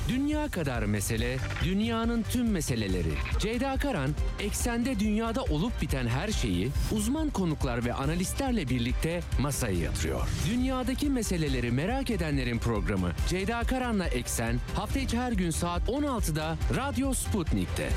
Dünya kadar mesele, dünyanın tüm meseleleri. Ceyda Karan, eksende dünyada olup biten her şeyi uzman konuklar ve analistlerle birlikte masaya yatırıyor. Dünyadaki meseleleri merak edenlerin programı Ceyda Karan'la Eksen hafta içi her gün saat 16'da Radyo Sputnik'te.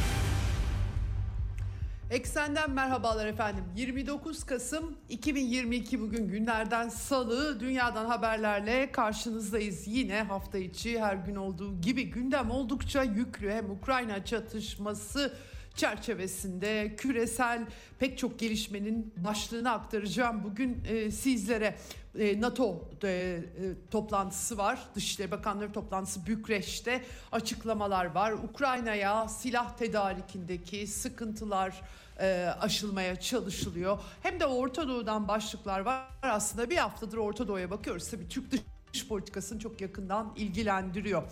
Eksen'den merhabalar efendim. 29 Kasım 2022 bugün günlerden salı, dünyadan haberlerle karşınızdayız. Yine hafta içi her gün olduğu gibi gündem oldukça yüklü. Hem Ukrayna çatışması çerçevesinde küresel pek çok gelişmenin başlığını aktaracağım bugün sizlere. NATO toplantısı var. Dışişleri Bakanları toplantısı Bükreş'te, açıklamalar var. Ukrayna'ya silah tedarikindeki sıkıntılar aşılmaya çalışılıyor. Hem de Orta Doğu'dan başlıklar var. Aslında bir haftadır Orta Doğu'ya bakıyoruz. Tabii Türk dış politikasını çok yakından ilgilendiriyor.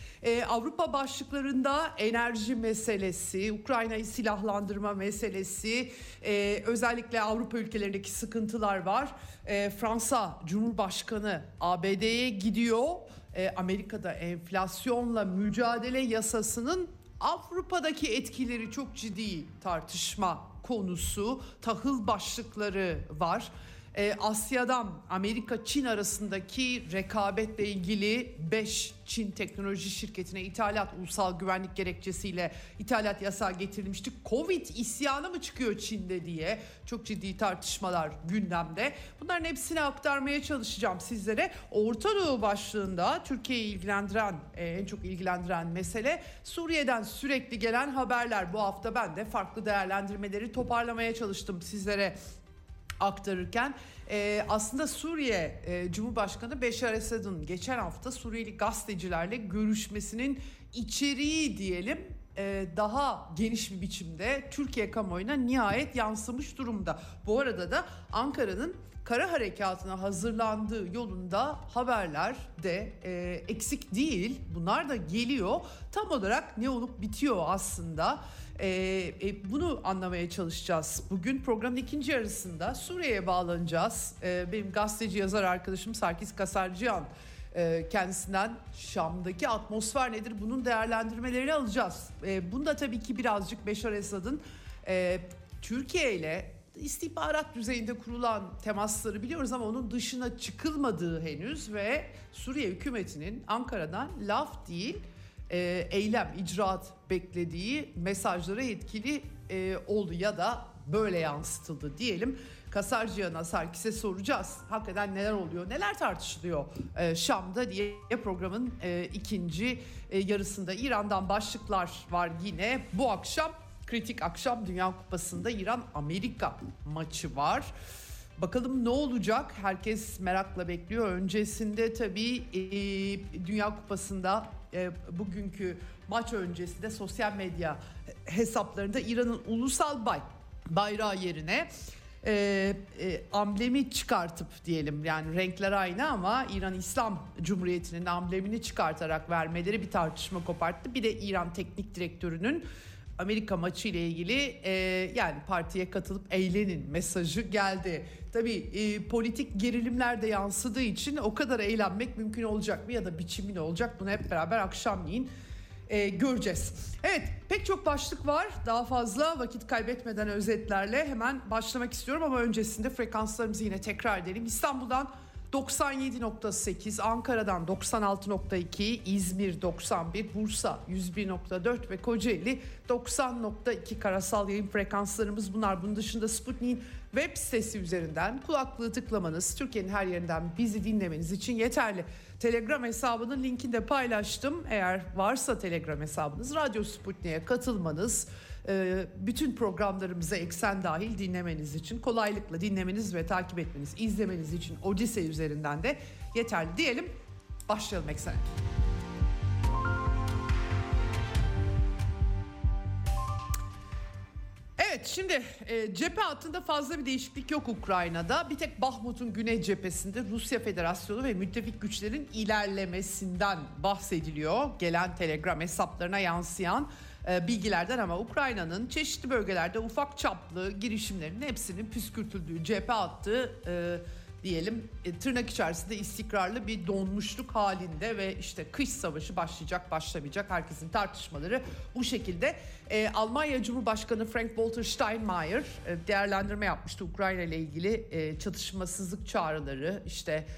Avrupa başlıklarında enerji meselesi, Ukrayna'yı silahlandırma meselesi, özellikle Avrupa ülkelerindeki sıkıntılar var. Fransa Cumhurbaşkanı ABD'ye gidiyor. Amerika'da enflasyonla mücadele yasasının Avrupa'daki etkileri çok ciddi tartışma konusu. Tahıl başlıkları var. Asya'dan Amerika-Çin arasındaki rekabetle ilgili 5 Çin teknoloji şirketine ithalat, ulusal güvenlik gerekçesiyle ithalat yasağı getirilmişti. Covid isyanı mı çıkıyor Çin'de diye çok ciddi tartışmalar gündemde. Bunların hepsini aktarmaya çalışacağım sizlere. Orta Doğu başlığında Türkiye'yi ilgilendiren, en çok ilgilendiren mesele Suriye'den sürekli gelen haberler. Bu hafta ben de farklı değerlendirmeleri toparlamaya çalıştım sizlere aktarırken. Aslında Suriye Cumhurbaşkanı Beşar Esad'ın geçen hafta Suriyeli gazetecilerle görüşmesinin içeriği diyelim daha geniş bir biçimde Türkiye kamuoyuna nihayet yansımış durumda. Bu arada da Ankara'nın kara harekatına hazırlandığı yolunda haberler de eksik değil. Bunlar da geliyor. Tam olarak ne olup bitiyor aslında? Bunu anlamaya çalışacağız. Bugün programın ikinci yarısında Suriye'ye bağlanacağız. Benim gazeteci yazar arkadaşım Sarkis Kasarcıyan, kendisinden Şam'daki atmosfer nedir, bunun değerlendirmelerini alacağız. Bunda tabii ki birazcık Beşar Esad'ın Türkiye ile istihbarat düzeyinde kurulan temasları biliyoruz ama onun dışına çıkılmadığı henüz ve Suriye hükümetinin Ankara'dan laf değil eylem, icraat beklediği mesajlara etkili oldu ya da böyle yansıtıldı diyelim. Kasarcıyan'a, Sarkis'e soracağız. Hakikaten neler oluyor, neler tartışılıyor Şam'da diye programın ikinci yarısında. İran'dan başlıklar var yine. Bu akşam kritik akşam, Dünya Kupası'nda İran-Amerika maçı var. Bakalım ne olacak? Herkes merakla bekliyor. Öncesinde tabii Dünya Kupası'nda bugünkü maç öncesinde sosyal medya hesaplarında İran'ın ulusal bayrağı yerine amblemi çıkartıp diyelim, yani renkler aynı ama İran İslam Cumhuriyeti'nin amblemini çıkartarak vermeleri bir tartışma koparttı. Bir de İran Teknik Direktörü'nün Amerika maçı ile ilgili yani partiye katılıp eğlenin mesajı geldi. Tabii politik gerilimler de yansıdığı için o kadar eğlenmek mümkün olacak mı ya da biçimi ne olacak, bunu hep beraber akşamleyin göreceğiz. Evet, pek çok başlık var. Daha fazla vakit kaybetmeden özetlerle hemen başlamak istiyorum ama öncesinde frekanslarımızı yine tekrar edelim. İstanbul'dan 97.8, Ankara'dan 96.2, İzmir 91, Bursa 101.4 ve Kocaeli 90.2 karasal yayın frekanslarımız bunlar. Bunun dışında Sputnik'in web sitesi üzerinden kulaklığı tıklamanız, Türkiye'nin her yerinden bizi dinlemeniz için yeterli. Telegram hesabının linkini de paylaştım. Eğer varsa Telegram hesabınız, Radyo Sputnik'e katılmanız, bütün programlarımıza eksen dahil dinlemeniz için, kolaylıkla dinlemeniz ve takip etmeniz, izlemeniz için Odyssey üzerinden de yeterli diyelim. Başlayalım Eksen'e. Evet, şimdi cephe hattında fazla bir değişiklik yok Ukrayna'da. Bir tek Bahmut'un güney cephesinde Rusya Federasyonu ve müttefik güçlerin ilerlemesinden bahsediliyor. Gelen Telegram hesaplarına yansıyan bilgilerden, ama Ukrayna'nın çeşitli bölgelerde ufak çaplı girişimlerinin hepsinin püskürtüldüğü cephe hattı diyelim tırnak içerisinde istikrarlı bir donmuşluk halinde ve işte kış savaşı başlayacak başlamayacak herkesin tartışmaları bu şekilde. Almanya Cumhurbaşkanı Frank-Walter Steinmeier değerlendirme yapmıştı Ukrayna ile ilgili çatışmasızlık çağrıları işte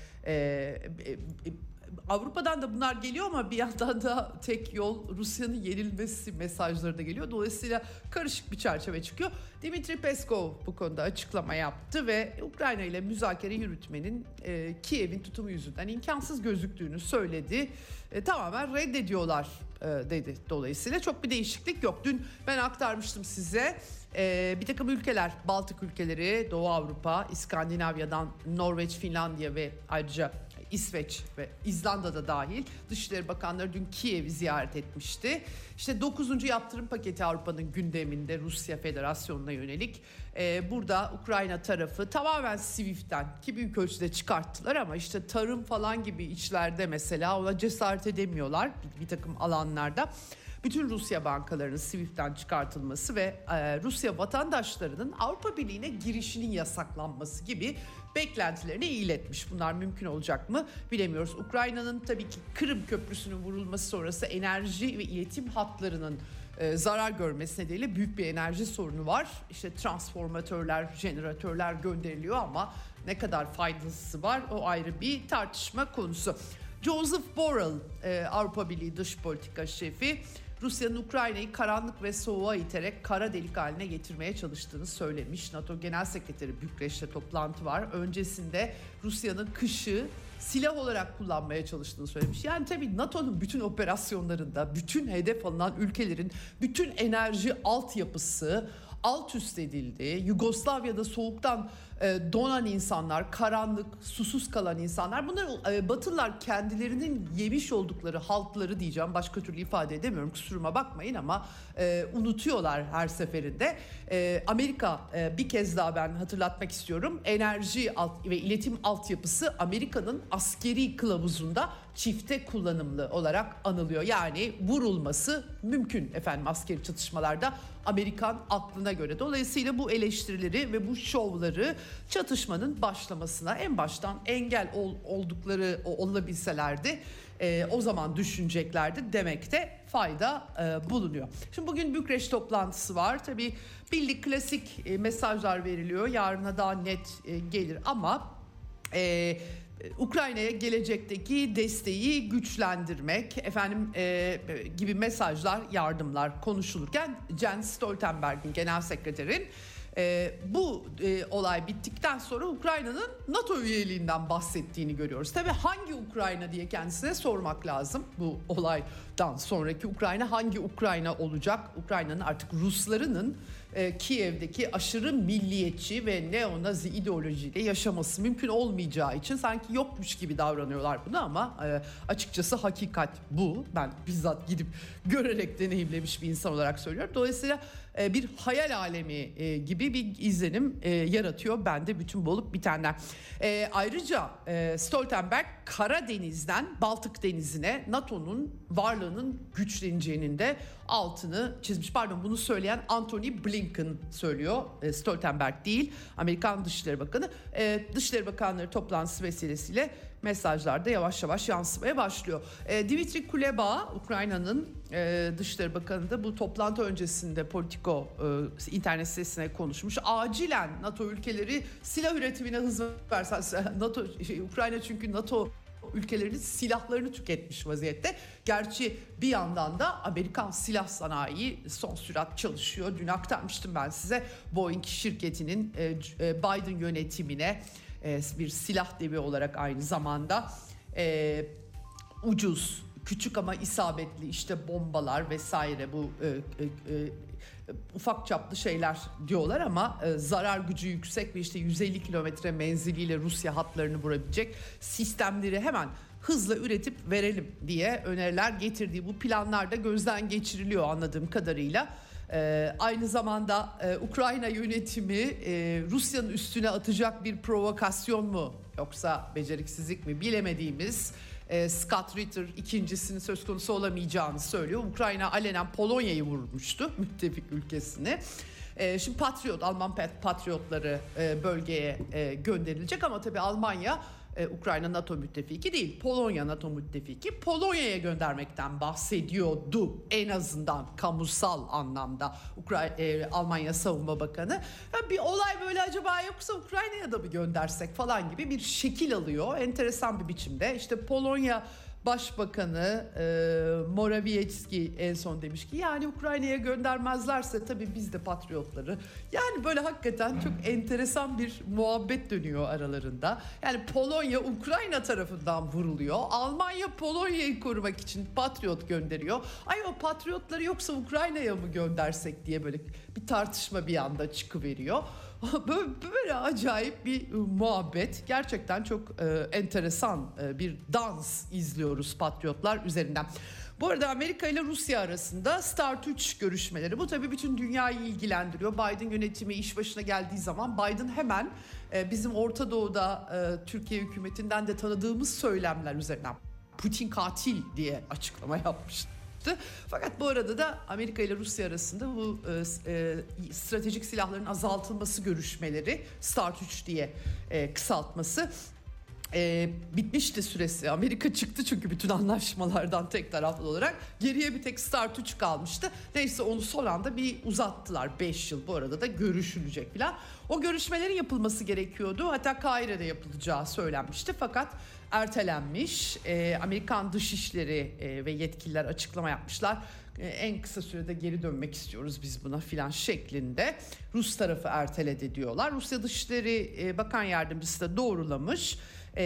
Avrupa'dan da bunlar geliyor ama bir yandan da tek yol Rusya'nın yenilmesi mesajları da geliyor. Dolayısıyla karışık bir çerçeve çıkıyor. Dimitri Peskov bu konuda açıklama yaptı ve Ukrayna ile müzakere yürütmenin Kiev'in tutumu yüzünden imkansız gözüktüğünü söyledi. Tamamen reddediyorlar dedi. Dolayısıyla çok bir değişiklik yok. Dün ben aktarmıştım size. Bir takım ülkeler, Baltık ülkeleri, Doğu Avrupa, İskandinavya'dan Norveç, Finlandiya ve ayrıca İsveç ve İzlanda'da dahil Dışişleri Bakanları dün Kiev'i ziyaret etmişti. İşte 9. yaptırım paketi Avrupa'nın gündeminde Rusya Federasyonu'na yönelik. Burada Ukrayna tarafı tamamen SWIFT'ten ki büyük ölçüde çıkarttılar ama işte tarım falan gibi içlerde mesela ona cesaret edemiyorlar bir takım alanlarda. Bütün Rusya bankalarının SWIFT'ten çıkartılması ve Rusya vatandaşlarının Avrupa Birliği'ne girişinin yasaklanması gibi beklentilerini iletmiş. Bunlar mümkün olacak mı bilemiyoruz. Ukrayna'nın tabii ki Kırım Köprüsü'nün vurulması sonrası enerji ve iletim hatlarının zarar görmesi nedeniyle büyük bir enerji sorunu var. İşte transformatörler, jeneratörler gönderiliyor ama ne kadar faydası var o ayrı bir tartışma konusu. Joseph Borrell, Avrupa Birliği Dış Politika Şefi, Rusya'nın Ukrayna'yı karanlık ve soğuğa iterek kara delik haline getirmeye çalıştığını söylemiş. NATO Genel Sekreteri Bükreş'te toplantı var. Öncesinde Rusya'nın kışı silah olarak kullanmaya çalıştığını söylemiş. Yani tabii NATO'nun bütün operasyonlarında bütün hedef alınan ülkelerin bütün enerji altyapısı alt üst edildi. Yugoslavya'da soğuktan donan insanlar, karanlık, susuz kalan insanlar. Bunları Batılılar kendilerinin yemiş oldukları haltları diyeceğim. Başka türlü ifade edemiyorum. Kusuruma bakmayın ama unutuyorlar her seferinde. Amerika bir kez daha ben hatırlatmak istiyorum. Enerji ve iletim altyapısı Amerika'nın askeri kılavuzunda çifte kullanımlı olarak anılıyor. Yani vurulması mümkün efendim askeri çatışmalarda Amerikan aklına göre. Dolayısıyla bu eleştirileri ve bu şovları çatışmanın başlamasına en baştan engel oldukları olabilselerdi o zaman düşüneceklerdi demekte fayda bulunuyor. Şimdi bugün Bükreş toplantısı var. Tabii bildik klasik mesajlar veriliyor. Yarına daha net gelir ama Ukrayna'ya gelecekteki desteği güçlendirmek gibi mesajlar, yardımlar konuşulurken Jens Stoltenberg'in genel sekreterin bu olay bittikten sonra Ukrayna'nın NATO üyeliğinden bahsettiğini görüyoruz. Tabii hangi Ukrayna diye kendisine sormak lazım. Bu olaydan sonraki Ukrayna hangi Ukrayna olacak? Ukrayna'nın artık Ruslarının Kiev'deki aşırı milliyetçi ve neonazi ideolojiyle yaşaması mümkün olmayacağı için sanki yokmuş gibi davranıyorlar bunu ama açıkçası hakikat bu. Ben bizzat gidip görerek deneyimlemiş bir insan olarak söylüyorum. Dolayısıyla bir hayal alemi gibi bir izlenim yaratıyor bende bütün bu olup bitenler. Ayrıca Stoltenberg Karadeniz'den Baltık Denizi'ne NATO'nun varlığının güçleneceğinin de altını çizmiş. Pardon, bunu söyleyen Antony Blinken söylüyor. Stoltenberg değil, Amerikan Dışişleri Bakanı. Dışişleri Bakanları toplantısı vesilesiyle mesajlarda yavaş yavaş yansımaya başlıyor. Dmitry Kuleba, Ukrayna'nın Dışişleri Bakanı da bu toplantı öncesinde Politico internet sitesine konuşmuş. Acilen NATO ülkeleri silah üretimine hız versen. Ukrayna çünkü NATO ülkelerinin silahlarını tüketmiş vaziyette. Gerçi bir yandan da Amerikan silah sanayi son sürat çalışıyor. Dün aktarmıştım ben size Boeing şirketinin Biden yönetimine bir silah devi olarak aynı zamanda ucuz, küçük ama isabetli işte bombalar vesaire bu ufak çaplı şeyler diyorlar ama zarar gücü yüksek ve işte 150 kilometre menziliyle Rusya hatlarını vurabilecek sistemleri hemen hızla üretip verelim diye öneriler getirdiği bu planlar da gözden geçiriliyor anladığım kadarıyla. Aynı zamanda Ukrayna yönetimi Rusya'nın üstüne atacak bir provokasyon mu yoksa beceriksizlik mi bilemediğimiz Scott Ritter ikincisinin söz konusu olamayacağını söylüyor. Ukrayna alenen Polonya'yı vurmuştu, müttefik ülkesini. Şimdi Alman patriotları bölgeye gönderilecek ama tabii Almanya Ukrayna NATO müttefiki değil, Polonya NATO müttefiki. Polonya'ya göndermekten bahsediyordu en azından kamusal anlamda Almanya Savunma Bakanı. Bir olay böyle acaba yoksa Ukrayna'ya da mı göndersek falan gibi bir şekil alıyor. Enteresan bir biçimde. İşte Polonya Başbakanı Morawiecki en son demiş ki yani Ukrayna'ya göndermezlerse tabii biz de patriotları. Yani böyle hakikaten çok enteresan bir muhabbet dönüyor aralarında. Yani Polonya Ukrayna tarafından vuruluyor. Almanya Polonya'yı korumak için patriot gönderiyor. Ay o patriotları yoksa Ukrayna'ya mı göndersek diye böyle bir tartışma bir anda çıkıveriyor. Böyle acayip bir muhabbet. Gerçekten çok enteresan bir dans izliyoruz patriotlar üzerinden. Bu arada Amerika ile Rusya arasında START 3 görüşmeleri. Bu tabii bütün dünyayı ilgilendiriyor. Biden yönetimi iş başına geldiği zaman Biden hemen bizim Orta Doğu'da Türkiye hükümetinden de tanıdığımız söylemler üzerinden Putin katil diye açıklama yapmıştı. Fakat bu arada da Amerika ile Rusya arasında bu stratejik silahların azaltılması görüşmeleri START 3 diye kısaltması bitmişti süresi. Amerika çıktı çünkü bütün anlaşmalardan tek taraflı olarak. Geriye bir tek START 3 kalmıştı. Neyse onu son anda bir uzattılar. 5 yıl bu arada da görüşülecek falan. O görüşmelerin yapılması gerekiyordu. Hatta Kahire'de yapılacağı söylenmişti fakat ertelenmiş. Amerikan Dışişleri ve yetkililer açıklama yapmışlar. En kısa sürede geri dönmek istiyoruz biz buna filan şeklinde. Rus tarafı erteledi diyorlar. Rusya Dışişleri Bakan Yardımcısı da doğrulamış.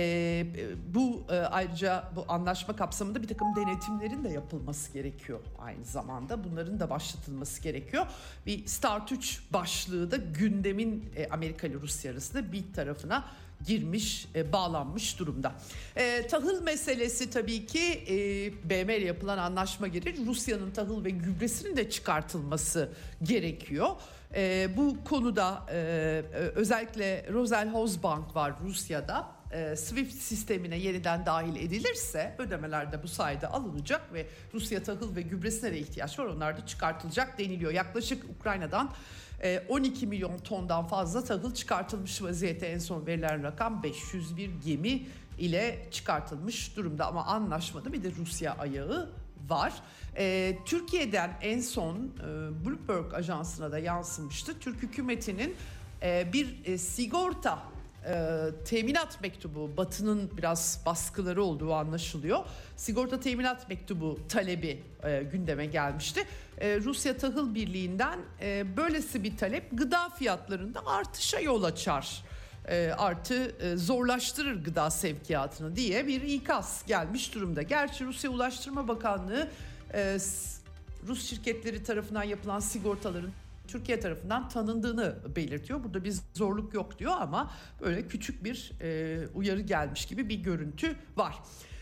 Ayrıca bu anlaşma kapsamında bir takım denetimlerin de yapılması gerekiyor aynı zamanda. Bunların da başlatılması gerekiyor. Bir START 3 başlığı da gündemin Amerika ile Rusya arasında bir tarafına girmiş, bağlanmış durumda. Tahıl meselesi tabii ki BM ile yapılan anlaşma gereği Rusya'nın tahıl ve gübresinin de çıkartılması gerekiyor. Bu konuda özellikle Roselhausbank var Rusya'da. SWIFT sistemine yeniden dahil edilirse ödemeler de bu sayede alınacak ve Rusya tahıl ve gübresine de ihtiyaç var. Onlar da çıkartılacak deniliyor. Yaklaşık Ukrayna'dan 12 milyon tondan fazla tahıl çıkartılmış vaziyette, en son verilen rakam 501 gemi ile çıkartılmış durumda ama anlaşmada bir de Rusya ayağı var. Türkiye'den en son Bloomberg ajansına da yansımıştı. Türk hükümetinin bir sigorta teminat mektubu, Batı'nın biraz baskıları olduğu anlaşılıyor. Sigorta teminat mektubu talebi gündeme gelmişti. Rusya Tahıl Birliği'nden böylesi bir talep gıda fiyatlarında artışa yol açar. Artı zorlaştırır gıda sevkiyatını diye bir ikaz gelmiş durumda. Gerçi Rusya Ulaştırma Bakanlığı Rus şirketleri tarafından yapılan sigortaların Türkiye tarafından tanındığını belirtiyor. Burada bir zorluk yok diyor ama böyle küçük bir uyarı gelmiş gibi bir görüntü var.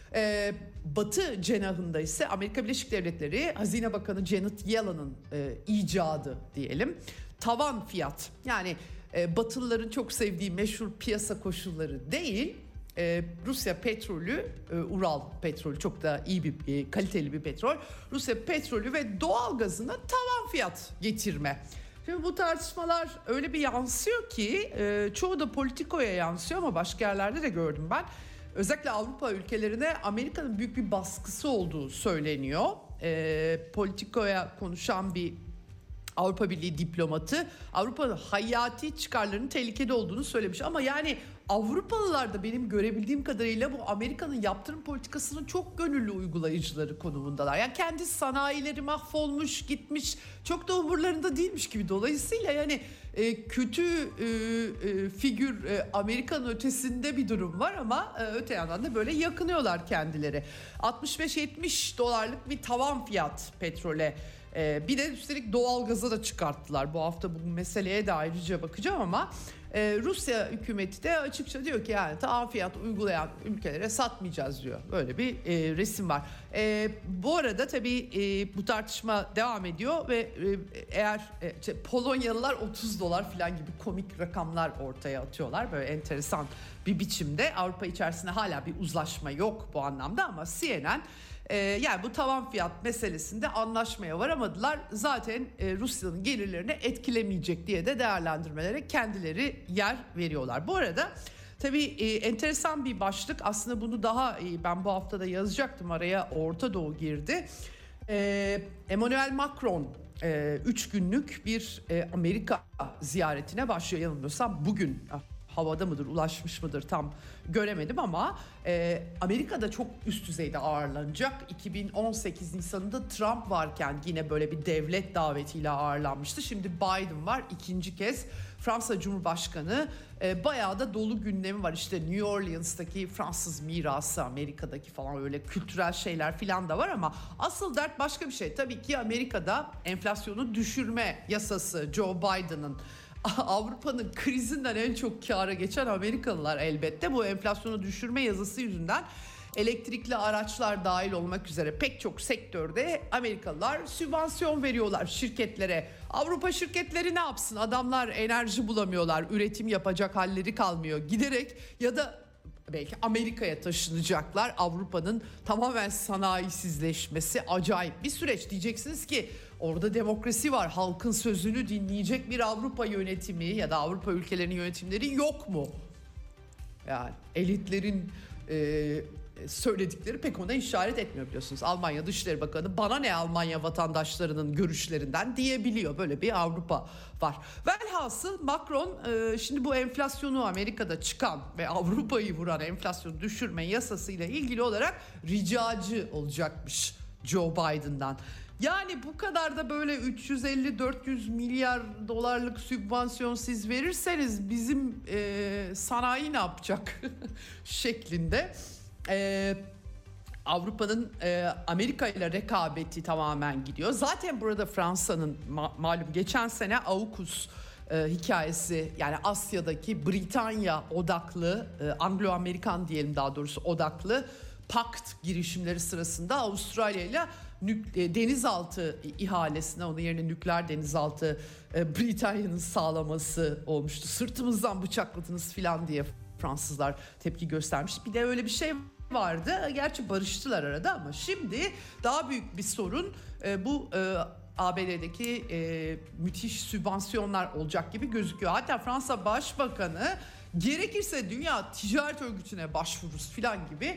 Batı cenahında ise Amerika Birleşik Devletleri Hazine Bakanı Janet Yellen'ın icadı diyelim. Tavan fiyat, yani Batılıların çok sevdiği meşhur piyasa koşulları değil, Rusya petrolü, Ural petrolü çok da iyi bir kaliteli bir petrol. Rusya petrolü ve doğal gazına tavan fiyat getirme. Şimdi bu tartışmalar öyle bir yansıyor ki çoğu da Politico'ya yansıyor ama başka yerlerde de gördüm ben. Özellikle Avrupa ülkelerine Amerika'nın büyük bir baskısı olduğu söyleniyor. Politico'ya konuşan bir Avrupa Birliği diplomatı Avrupa'nın hayati çıkarlarının tehlikede olduğunu söylemiş. Ama yani Avrupalılar da benim görebildiğim kadarıyla bu Amerika'nın yaptırım politikasının çok gönüllü uygulayıcıları konumundalar. Yani kendi sanayileri mahvolmuş, gitmiş, çok da umurlarında değilmiş gibi. Dolayısıyla yani kötü figür Amerika'nın ötesinde bir durum var ama öte yandan da böyle yakınıyorlar kendileri. 65-70 dolarlık bir tavan fiyat petrole. Bir de üstelik doğalgaza da çıkarttılar. Bu hafta bu meseleye de ayrıca bakacağım ama Rusya hükümeti de açıkça diyor ki yani tavan fiyat uygulayan ülkelere satmayacağız diyor. Böyle bir resim var. Bu arada tabii bu tartışma devam ediyor ve eğer Polonyalılar 30 dolar falan gibi komik rakamlar ortaya atıyorlar. Böyle enteresan bir biçimde. Avrupa içerisinde hala bir uzlaşma yok bu anlamda ama CNN Yani bu tavan fiyat meselesinde anlaşmaya varamadılar. Zaten Rusya'nın gelirlerini etkilemeyecek diye de değerlendirmelere kendileri yer veriyorlar. Bu arada tabii enteresan bir başlık, aslında bunu daha ben bu haftada yazacaktım, araya Orta Doğu girdi. Emmanuel Macron 3 günlük bir Amerika ziyaretine başlıyor, yanılmıyorsam bugün. Havada mıdır, ulaşmış mıdır tam göremedim ama Amerika'da çok üst düzeyde ağırlanacak. 2018 Nisan'ında Trump varken yine böyle bir devlet davetiyle ağırlanmıştı. Şimdi Biden var, ikinci kez. Fransa Cumhurbaşkanı, bayağı da dolu gündemi var. İşte New Orleans'taki Fransız mirası, Amerika'daki falan öyle kültürel şeyler falan da var ama asıl dert başka bir şey. Tabii ki Amerika'da enflasyonu düşürme yasası, Joe Biden'ın. Avrupa'nın krizinden en çok kâra geçen Amerikalılar elbette. Bu enflasyonu düşürme yazısı yüzünden elektrikli araçlar dahil olmak üzere pek çok sektörde Amerikalılar sübvansiyon veriyorlar şirketlere. Avrupa şirketleri ne yapsın? Adamlar enerji bulamıyorlar, üretim yapacak halleri kalmıyor. Giderek ya da belki Amerika'ya taşınacaklar. Avrupa'nın tamamen sanayisizleşmesi acayip bir süreç. Diyeceksiniz ki orada demokrasi var, halkın sözünü dinleyecek bir Avrupa yönetimi ya da Avrupa ülkelerinin yönetimleri yok mu? Yani elitlerin söyledikleri pek ona işaret etmiyor, biliyorsunuz. Almanya Dışişleri Bakanı bana ne Almanya vatandaşlarının görüşlerinden diyebiliyor. Böyle bir Avrupa var. Velhasıl Macron şimdi bu enflasyonu, Amerika'da çıkan ve Avrupa'yı vuran enflasyonu düşürme yasasıyla ilgili olarak ricacı olacakmış Joe Biden'dan. Yani bu kadar da böyle 350-400 milyar dolarlık sübvansiyon siz verirseniz bizim sanayi ne yapacak şeklinde. Avrupa'nın Amerika ile rekabeti tamamen gidiyor. Zaten burada Fransa'nın malum geçen sene AUKUS hikayesi, yani Asya'daki Britanya odaklı, Anglo-Amerikan diyelim daha doğrusu odaklı pakt girişimleri sırasında Avustralya ile denizaltı ihalesine, onun yerine nükleer denizaltı Britanya'nın sağlaması olmuştu. Sırtımızdan bıçakladınız filan diye Fransızlar tepki göstermişti. Bir de öyle bir şey vardı. Gerçi barıştılar arada ama şimdi daha büyük bir sorun bu ABD'deki müthiş sübvansiyonlar olacak gibi gözüküyor. Hatta Fransa Başbakanı gerekirse Dünya Ticaret Örgütü'ne başvururuz filan gibi.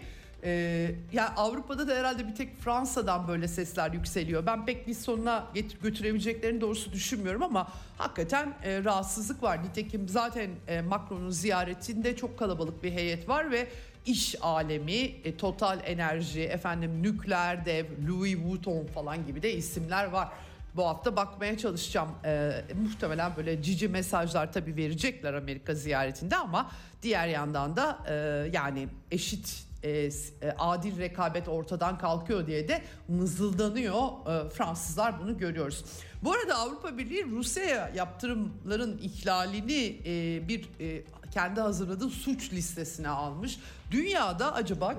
Yani Avrupa'da da herhalde bir tek Fransa'dan böyle sesler yükseliyor. Ben pek bir sonuna götürebileceklerini doğrusu düşünmüyorum ama hakikaten rahatsızlık var. Nitekim zaten Macron'un ziyaretinde çok kalabalık bir heyet var ve iş alemi, Total Enerji, nükleer dev, Louis Vuitton falan gibi de isimler var. Bu hafta bakmaya çalışacağım. Muhtemelen böyle cici mesajlar tabii verecekler Amerika ziyaretinde ama diğer yandan da yani eşit adil rekabet ortadan kalkıyor diye de mızıldanıyor Fransızlar, bunu görüyoruz. Bu arada Avrupa Birliği Rusya'ya yaptırımların ihlalini bir kendi hazırladığı suç listesine almış. Dünyada acaba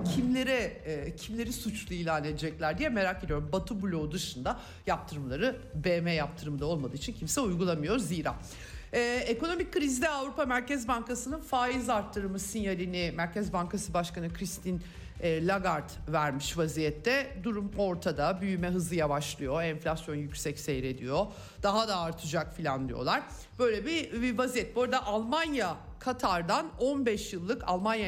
kimleri suçlu ilan edecekler diye merak ediyorum. Batı bloğu dışında yaptırımları BM yaptırımı da olmadığı için kimse uygulamıyor zira. Ekonomik krizde Avrupa Merkez Bankası'nın faiz arttırımı sinyalini Merkez Bankası Başkanı Christine Lagarde vermiş vaziyette. Durum ortada, büyüme hızı yavaşlıyor, enflasyon yüksek seyrediyor, daha da artacak filan diyorlar. Böyle bir vaziyet. Bu arada Almanya Katar'dan 15 yıllık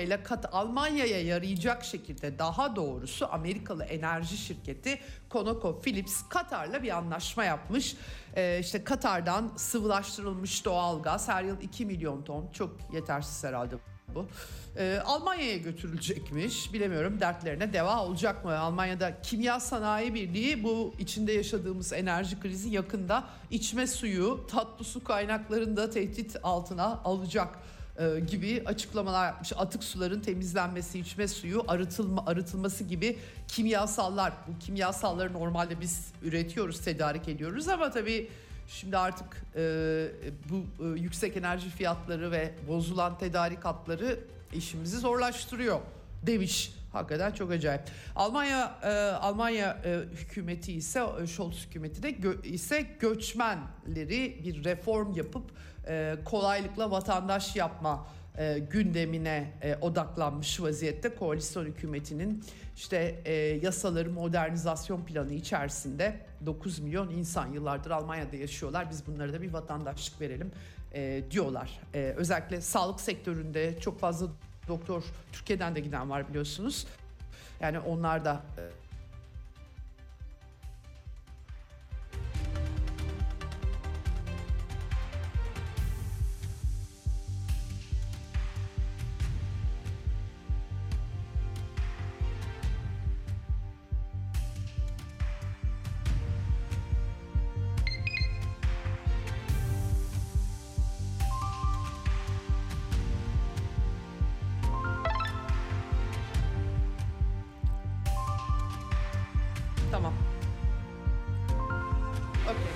Almanya'ya yarayacak şekilde, daha doğrusu Amerikalı enerji şirketi ConocoPhillips Katar'la bir anlaşma yapmış. İşte Katar'dan sıvılaştırılmış doğalgaz her yıl 2 milyon ton, çok yetersiz herhalde bu. Almanya'ya götürülecekmiş. Bilemiyorum, dertlerine deva olacak mı? Almanya'da Kimya Sanayi Birliği bu içinde yaşadığımız enerji krizi yakında içme suyu, tatlı su kaynaklarını da tehdit altına alacak gibi açıklamalar yapmış. Atık suların temizlenmesi, içme suyu arıtılması gibi kimyasallar. Bu kimyasalları normalde biz üretiyoruz, tedarik ediyoruz ama tabii şimdi artık bu yüksek enerji fiyatları ve bozulan tedarik hatları işimizi zorlaştırıyor demiş. Hakikaten çok acayip. Almanya hükümeti ise, Scholz hükümeti de ise göçmenleri bir reform yapıp kolaylıkla vatandaş yapma gündemine odaklanmış vaziyette. Koalisyon hükümetinin işte yasaları modernizasyon planı içerisinde 9 milyon insan yıllardır Almanya'da yaşıyorlar. Biz bunlara da bir vatandaşlık verelim diyorlar. Özellikle sağlık sektöründe çok fazla doktor Türkiye'den de giden var biliyorsunuz. Yani onlar da tamam. Okey.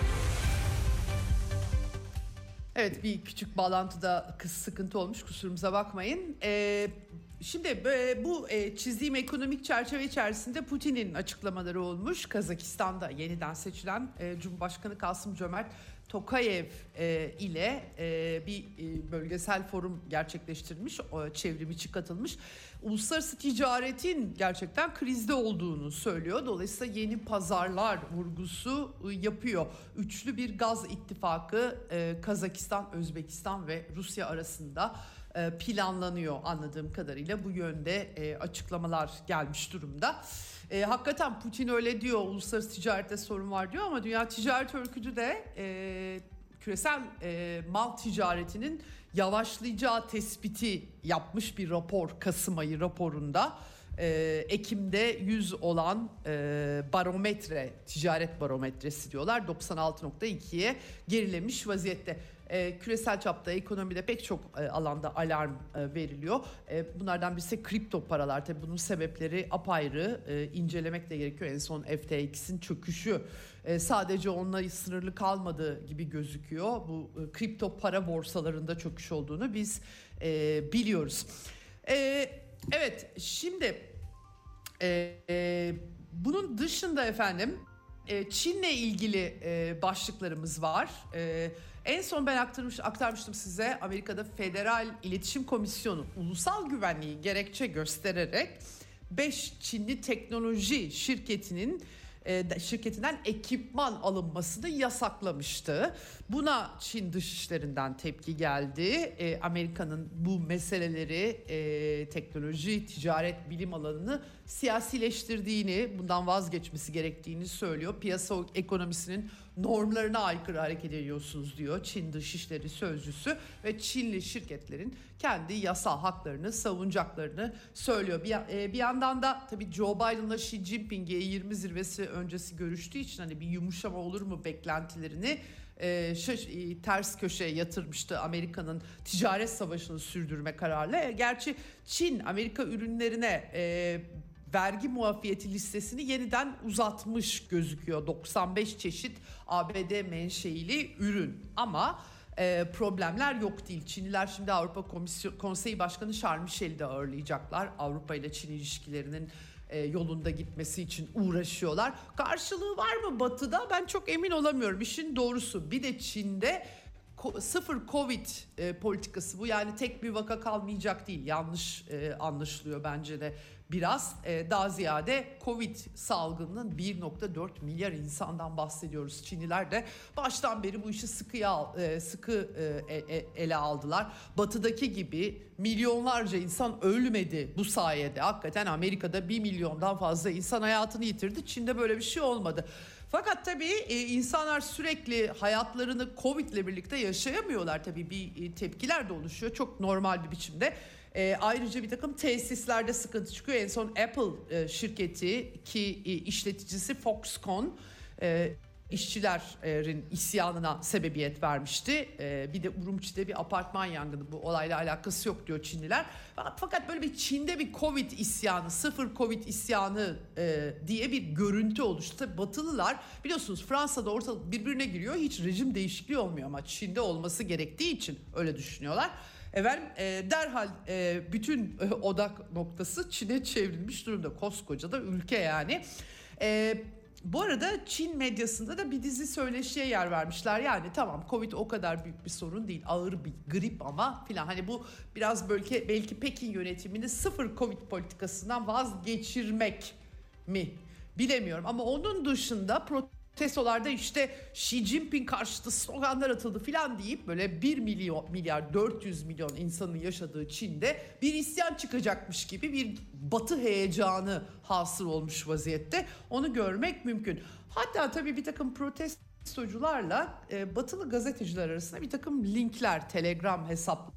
Evet, bir küçük bağlantıda sıkıntı olmuş, kusurumuza bakmayın. Şimdi bu çizdiğim ekonomik çerçeve içerisinde Putin'in açıklamaları olmuş. Kazakistan'da yeniden seçilen Cumhurbaşkanı Kasım-Cömert Tokayev ile bir bölgesel forum gerçekleştirilmiş, çevrim içi katılmış. Uluslararası ticaretin gerçekten krizde olduğunu söylüyor. Dolayısıyla yeni pazarlar vurgusu yapıyor. Üçlü bir gaz ittifakı Kazakistan, Özbekistan ve Rusya arasında planlanıyor anladığım kadarıyla. Bu yönde açıklamalar gelmiş durumda. Hakikaten Putin öyle diyor, uluslararası ticarette sorun var diyor ama Dünya Ticaret Örgütü de küresel mal ticaretinin yavaşlayacağı tespiti yapmış bir rapor, Kasım ayı raporunda. Ekim'de 100 olan barometre, ticaret barometresi diyorlar, 96.2'ye gerilemiş vaziyette. Küresel çapta ekonomide pek çok alanda alarm veriliyor. Bunlardan birisi kripto paralar. Tabii bunun sebepleri apayrı, incelemek de gerekiyor. En son FTX'in çöküşü sadece onunla sınırlı kalmadığı gibi gözüküyor. Bu kripto para borsalarında çöküş olduğunu biz biliyoruz. Evet, şimdi bunun dışında efendim Çin'le ilgili başlıklarımız var. En son ben aktarmıştım size, Amerika'da Federal İletişim Komisyonu ulusal güvenliği gerekçe göstererek 5 Çinli teknoloji şirketinden ekipman alınmasını yasaklamıştı. Buna Çin dışişlerinden tepki geldi. Amerika'nın bu meseleleri, teknoloji, ticaret, bilim alanını siyasileştirdiğini, bundan vazgeçmesi gerektiğini söylüyor. Piyasa ekonomisinin normlarına aykırı hareket ediyorsunuz diyor Çin Dışişleri Sözcüsü ve Çinli şirketlerin kendi yasal haklarını savunacaklarını söylüyor. Bir yandan da tabii Joe Biden'la Xi Jinping G20 zirvesi öncesi görüştüğü için hani bir yumuşama olur mu beklentilerini ters köşeye yatırmıştı Amerika'nın ticaret savaşını sürdürme kararıyla. Gerçi Çin Amerika ürünlerine vergi muafiyeti listesini yeniden uzatmış gözüküyor. 95 çeşit ABD menşeili ürün ama problemler yok değil. Çinliler şimdi Avrupa Konseyi Başkanı Charles Michel'i de ağırlayacaklar. Avrupa ile Çin ilişkilerinin yolunda gitmesi için uğraşıyorlar. Karşılığı var mı Batı'da? Ben çok emin olamıyorum. İşin doğrusu bir de Çin'de sıfır Covid politikası bu, yani tek bir vaka kalmayacak değil, yanlış anlaşılıyor bence de biraz. Daha ziyade Covid salgınının 1.4 milyar insandan bahsediyoruz. Çinliler de baştan beri bu işi sıkı ele aldılar. Batı'daki gibi milyonlarca insan ölmedi bu sayede. Hakikaten Amerika'da 1 milyondan fazla insan hayatını yitirdi. Çin'de böyle bir şey olmadı. Fakat tabii insanlar sürekli hayatlarını Covid'le birlikte yaşayamıyorlar. Tabii bir tepkiler de oluşuyor çok normal bir biçimde. Ayrıca bir takım tesislerde sıkıntı çıkıyor. En son Apple şirketi ki işleticisi Foxconn işçilerin isyanına sebebiyet vermişti. Bir de Urumçi'de bir apartman yangını, bu olayla alakası yok diyor Çinliler. Fakat böyle bir Çin'de bir Covid isyanı, sıfır Covid isyanı diye bir görüntü oluştu. Tabii Batılılar biliyorsunuz Fransa'da ortalık birbirine giriyor, hiç rejim değişikliği olmuyor ama Çin'de olması gerektiği için öyle düşünüyorlar. Efendim derhal bütün odak noktası Çin'e çevrilmiş durumda, koskoca da ülke yani. Bu arada Çin medyasında da bir dizi söyleşiye yer vermişler. Yani tamam, Covid o kadar büyük bir sorun değil. Ağır bir grip ama filan. Hani bu biraz belki Pekin yönetimini sıfır Covid politikasından vazgeçirmek mi? Bilemiyorum ama onun dışında protestolarda işte Xi Jinping karşıtı sloganlar atıldı filan deyip böyle 1 milyar 400 milyon insanın yaşadığı Çin'de bir isyan çıkacakmış gibi bir batı heyecanı hasıl olmuş vaziyette. Onu görmek mümkün. Hatta tabii bir takım protestocularla batılı gazeteciler arasında bir takım linkler, Telegram hesapları.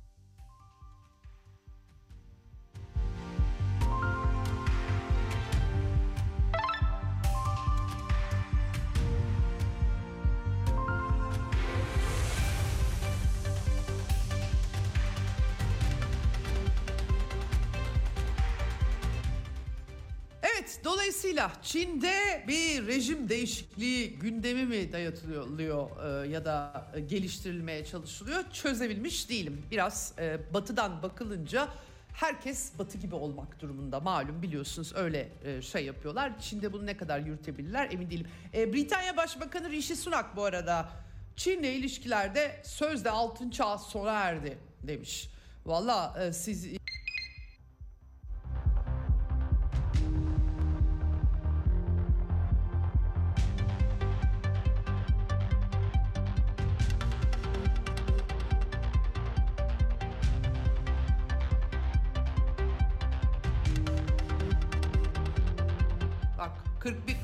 Evet, dolayısıyla Çin'de bir rejim değişikliği gündemi mi dayatılıyor ya da geliştirilmeye çalışılıyor, çözebilmiş değilim. Biraz batıdan bakılınca herkes batı gibi olmak durumunda, malum biliyorsunuz öyle şey yapıyorlar. Çin'de bunu ne kadar yürütebilirler emin değilim. Britanya Başbakanı Rishi Sunak bu arada Çin'le ilişkilerde sözde altın çağ sona erdi demiş. Valla siz... Bak 41.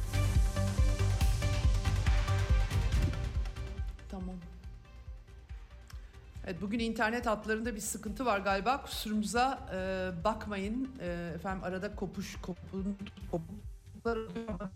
Tamam. Evet, bugün internet hatlarında bir sıkıntı var galiba. Kusurumuza bakmayın. Efendim arada kopuklar oluyor.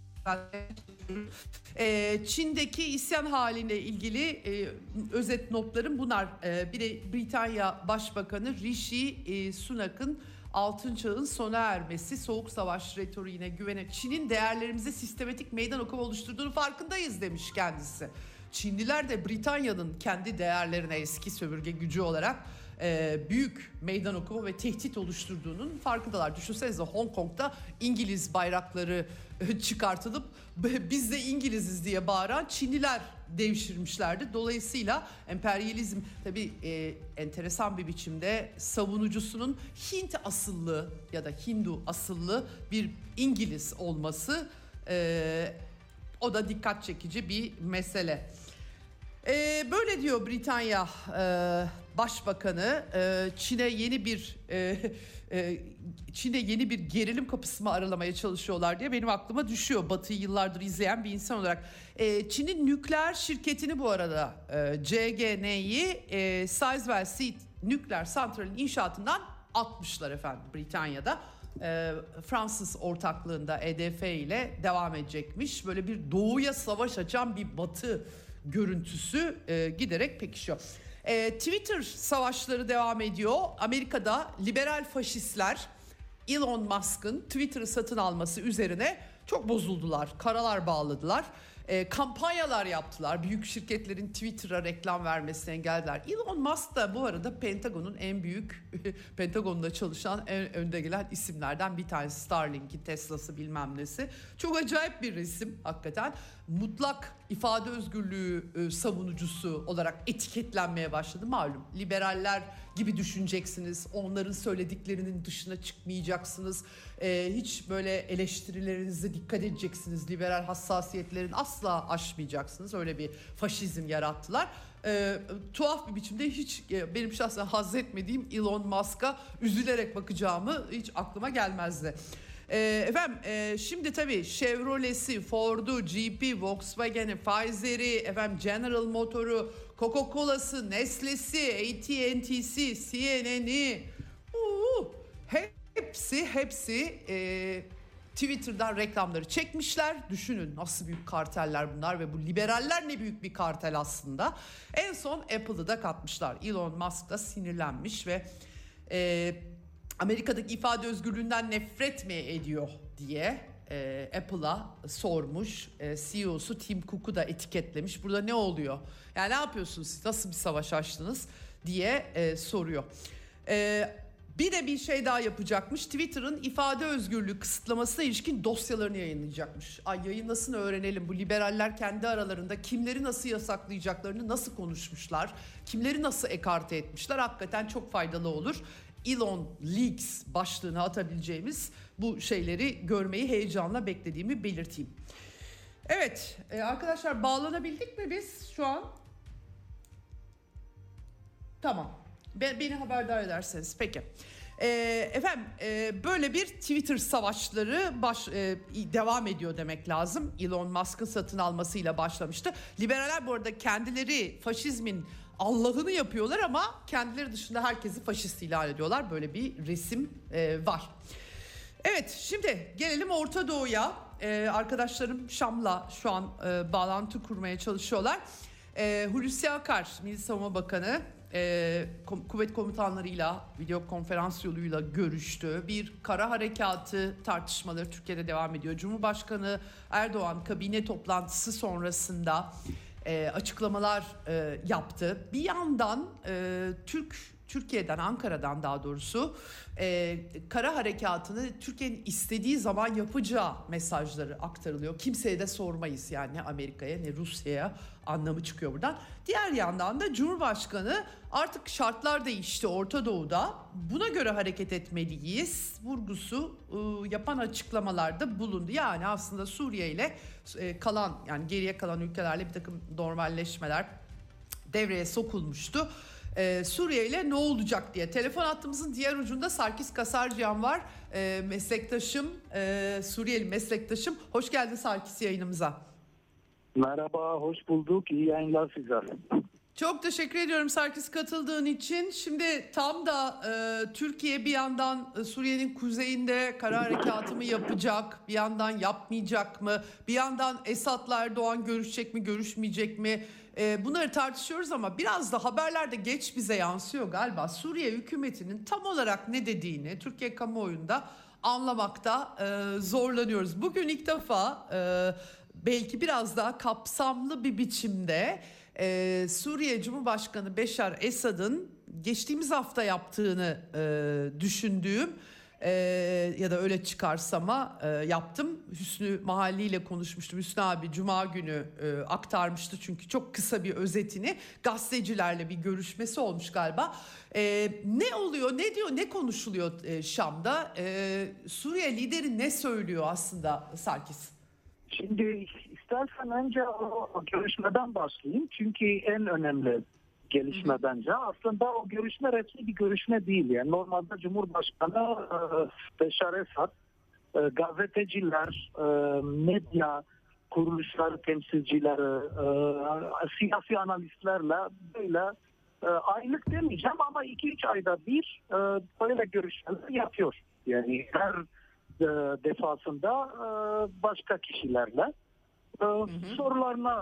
Çin'deki isyan haliyle ilgili özet notlarım bunlar. Bir de Britanya Başbakanı Rishi Sunak'ın Altın Çağ'ın sona ermesi, soğuk savaş retoriğine güvenip Çin'in değerlerimize sistematik meydan okuma oluşturduğunu farkındayız demiş kendisi. Çinliler de Britanya'nın kendi değerlerine eski sömürge gücü olarak büyük meydan okuma ve tehdit oluşturduğunun farkındalar. Düşünsenize, Hong Kong'da İngiliz bayrakları çıkartılıp biz de İngiliziz diye bağıran Çinliler devşirmişlerdi. Dolayısıyla emperyalizm tabii enteresan bir biçimde savunucusunun Hint asıllı ya da Hindu asıllı bir İngiliz olması, o da dikkat çekici bir mesele. Böyle diyor Britanya Başbakanı. Çin'e yeni bir gerilim kapısı mı aralamaya çalışıyorlar diye benim aklıma düşüyor. Batı'yı yıllardır izleyen bir insan olarak. Çin'in nükleer şirketini bu arada CGN'yi Sizewell C nükleer santralin inşaatından atmışlar efendim Britanya'da. Fransız ortaklığında EDF ile devam edecekmiş. Böyle bir doğuya savaş açan bir batı görüntüsü giderek pekişiyor. Twitter savaşları devam ediyor. Amerika'da liberal faşistler Elon Musk'ın Twitter'ı satın alması üzerine çok bozuldular. Karalar bağladılar. Kampanyalar yaptılar. Büyük şirketlerin Twitter'a reklam vermesini engellediler. Elon Musk da bu arada Pentagon'un en büyük, Pentagon'da çalışan en önde gelen isimlerden bir tanesi. Starlink'i, Tesla'sı bilmem nesi. Çok acayip bir isim hakikaten. Mutlak ifade özgürlüğü savunucusu olarak etiketlenmeye başladı. Malum liberaller gibi düşüneceksiniz. Onların söylediklerinin dışına çıkmayacaksınız. Hiç böyle eleştirilerinize dikkat edeceksiniz. Liberal hassasiyetlerin asla aşmayacaksınız. Öyle bir faşizm yarattılar. Tuhaf bir biçimde hiç benim şahsen haz etmediğim Elon Musk'a üzülerek bakacağımı hiç aklıma gelmezdi. Efendim şimdi tabii Chevrolet'si, Ford'u, Jeep'i, Volkswagen'i, Pfizer'i, efendim General Motor'u, Coca-Cola'sı, Nestle'si, AT&T'si, CNN'i, hepsi Twitter'dan reklamları çekmişler. Düşünün nasıl büyük karteller bunlar ve bu liberaller ne büyük bir kartel aslında. En son Apple'ı da katmışlar. Elon Musk da sinirlenmiş ve Amerika'daki ifade özgürlüğünden nefret mi ediyor diye Apple'a sormuş. CEO'su Tim Cook'u da etiketlemiş. Burada ne oluyor? Yani ne yapıyorsunuz siz? Nasıl bir savaş açtınız diye soruyor. Bir de bir şey daha yapacakmış. Twitter'ın ifade özgürlüğü kısıtlamasına ilişkin dosyalarını yayınlayacakmış. Ay yayınlasın öğrenelim. Bu liberaller kendi aralarında kimleri nasıl yasaklayacaklarını nasıl konuşmuşlar. Kimleri nasıl ekarte etmişler. Hakikaten çok faydalı olur. Elon Leaks başlığını atabileceğimiz bu şeyleri görmeyi heyecanla beklediğimi belirteyim. Evet arkadaşlar, bağlanabildik mi biz şu an? Tamam. Beni haberdar ederseniz. Peki. Efendim böyle bir Twitter savaşları devam ediyor demek lazım. Elon Musk'ın satın almasıyla başlamıştı. Liberaller bu arada kendileri faşizmin Allah'ını yapıyorlar ama kendileri dışında herkesi faşist ilan ediyorlar. Böyle bir resim var. Evet, şimdi gelelim Orta Doğu'ya. Arkadaşlarım Şam'la şu an bağlantı kurmaya çalışıyorlar. Hulusi Akar, Milli Savunma Bakanı, kuvvet komutanlarıyla video konferans yoluyla görüştü. Bir kara harekatı tartışmaları Türkiye'de devam ediyor. Cumhurbaşkanı Erdoğan kabine toplantısı sonrasında açıklamalar yaptı. Bir yandan Türkiye'den, Ankara'dan daha doğrusu kara harekatını Türkiye'nin istediği zaman yapacağı mesajları aktarılıyor. Kimseye de sormayız, yani ne Amerika'ya ne Rusya'ya anlamı çıkıyor buradan. Diğer yandan da Cumhurbaşkanı artık şartlar değişti Orta Doğu'da, buna göre hareket etmeliyiz vurgusu yapan açıklamalarda bulundu. Yani aslında Suriye ile kalan, yani geriye kalan ülkelerle bir takım normalleşmeler devreye sokulmuştu. Suriye ile ne olacak diye. Telefon hattımızın diğer ucunda Sarkis Kasarcıyan var. Meslektaşım, Suriyeli meslektaşım. Hoş geldin Sarkis yayınımıza. Merhaba, hoş bulduk. İyi yayınlar size. Çok teşekkür ediyorum Sarkis katıldığın için. Şimdi tam da Türkiye bir yandan Suriye'nin kuzeyinde kara harekatı mı yapacak, bir yandan yapmayacak mı? Bir yandan Esad'la Erdoğan görüşecek mi, görüşmeyecek mi? Bunları tartışıyoruz ama biraz da haberlerde geç bize yansıyor galiba. Suriye hükümetinin tam olarak ne dediğini Türkiye kamuoyunda anlamakta zorlanıyoruz. Bugün ilk defa belki biraz daha kapsamlı bir biçimde Suriye Cumhurbaşkanı Beşar Esad'ın geçtiğimiz hafta yaptığını düşündüğüm ya da öyle çıkarsama yaptım. Hüsnü Mahalli ile konuşmuştum. Hüsnü abi Cuma günü aktarmıştı çünkü çok kısa bir özetini. Gazetecilerle bir görüşmesi olmuş galiba. Ne oluyor, ne diyor, ne konuşuluyor Şam'da? Suriye lideri ne söylüyor aslında Sarkis? Şimdi istersen önce o görüşmeden başlayayım. Çünkü en önemli gelişme bence. Aslında o görüşme resmi bir görüşme değil. Yani normalde Cumhurbaşkanı Beşar Esad gazeteciler, medya kuruluşları temsilcileri, siyasi analistlerle böyle aylık demeyeceğim ama 2-3 ayda bir böyle görüşmeler yapıyor. Yani her defasında başka kişilerle sorularına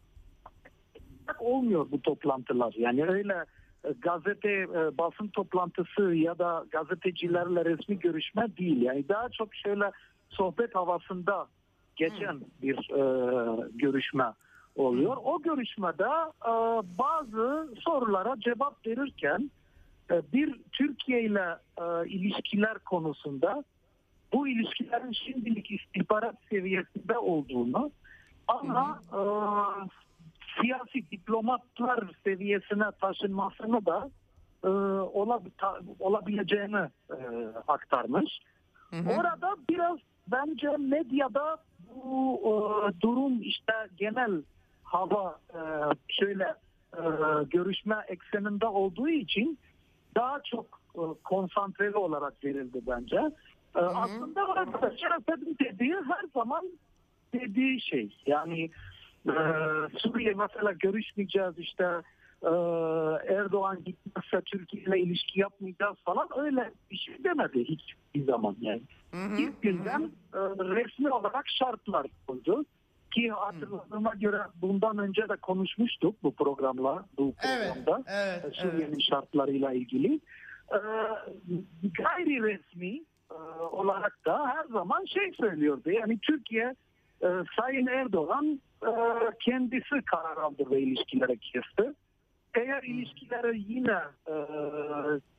olmuyor bu toplantılar. Yani öyle gazete basın toplantısı ya da gazetecilerle resmi görüşme değil. Yani daha çok şöyle sohbet havasında geçen bir görüşme oluyor. O görüşmede bazı sorulara cevap verirken bir Türkiye ile ilişkiler konusunda bu ilişkilerin şimdilik istihbarat seviyesinde olduğunu ama siyasi diplomatlar seviyesine taşınmasını da olabileceğini aktarmış. Orada biraz bence medyada bu durum işte genel hava şöyle görüşme ekseninde olduğu için daha çok konsantreli olarak verildi bence. Aslında orada Şerefet'in dediği her zaman dediği şey. Yani Suriye mesela görüşmeyeceğiz işte Erdoğan gitmezse Türkiye ile ilişki yapmayacağız falan öyle bir şey demedi hiçbir zaman yani. İlk günden resmi olarak şartlar koydu. Ki hatırladığıma göre bundan önce de konuşmuştuk bu programda. Suriye'nin şartlarıyla ilgili. Gayri resmi olarak da her zaman şey söylüyordu. Yani Türkiye Sayın Erdoğan kendisi karar aldı ve ilişkilere kesti. Eğer ilişkileri yine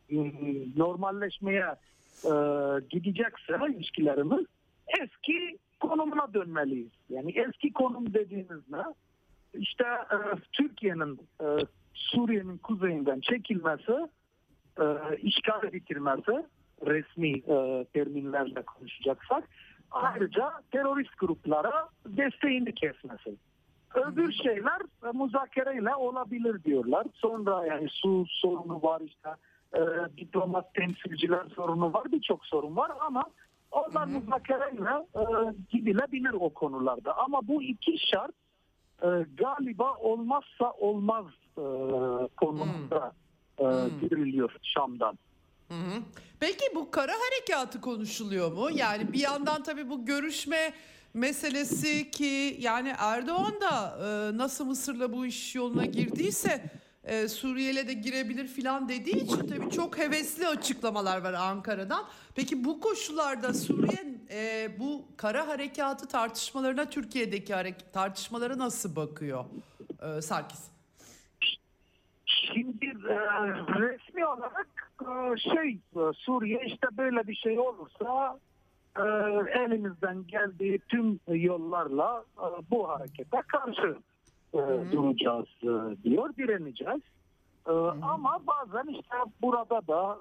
normalleşmeye gidecekse ilişkilerimiz eski konumuna dönmeliyiz. Yani eski konum dediğimiz ne? İşte Türkiye'nin Suriye'nin kuzeyinden çekilmesi, işgal bitirmesi, resmi terminlerle konuşacaksak, ayrıca terörist gruplara desteğini kesmesi. Öbür şeyler müzakereyle olabilir diyorlar. Sonra yani su sorunu var, işte diplomat temsilciler sorunu var, birçok sorun var ama onlar müzakereyle gidilebilir o konularda. Ama bu iki şart galiba olmazsa olmaz konumda görülüyor Şam'dan. Peki bu kara harekatı konuşuluyor mu? Yani bir yandan tabii bu görüşme meselesi ki yani Erdoğan da nasıl Mısır'la bu iş yoluna girdiyse Suriye'yle de girebilir filan dediği için tabii çok hevesli açıklamalar var Ankara'dan. Peki bu koşullarda Suriye bu kara harekatı tartışmalarına, Türkiye'deki tartışmalara nasıl bakıyor Sarkis? Şimdi resmi olarak Suriye işte böyle bir şey olursa elimizden geldiği tüm yollarla bu harekete karşı duracağız diyor, direneceğiz. Ama bazen işte burada da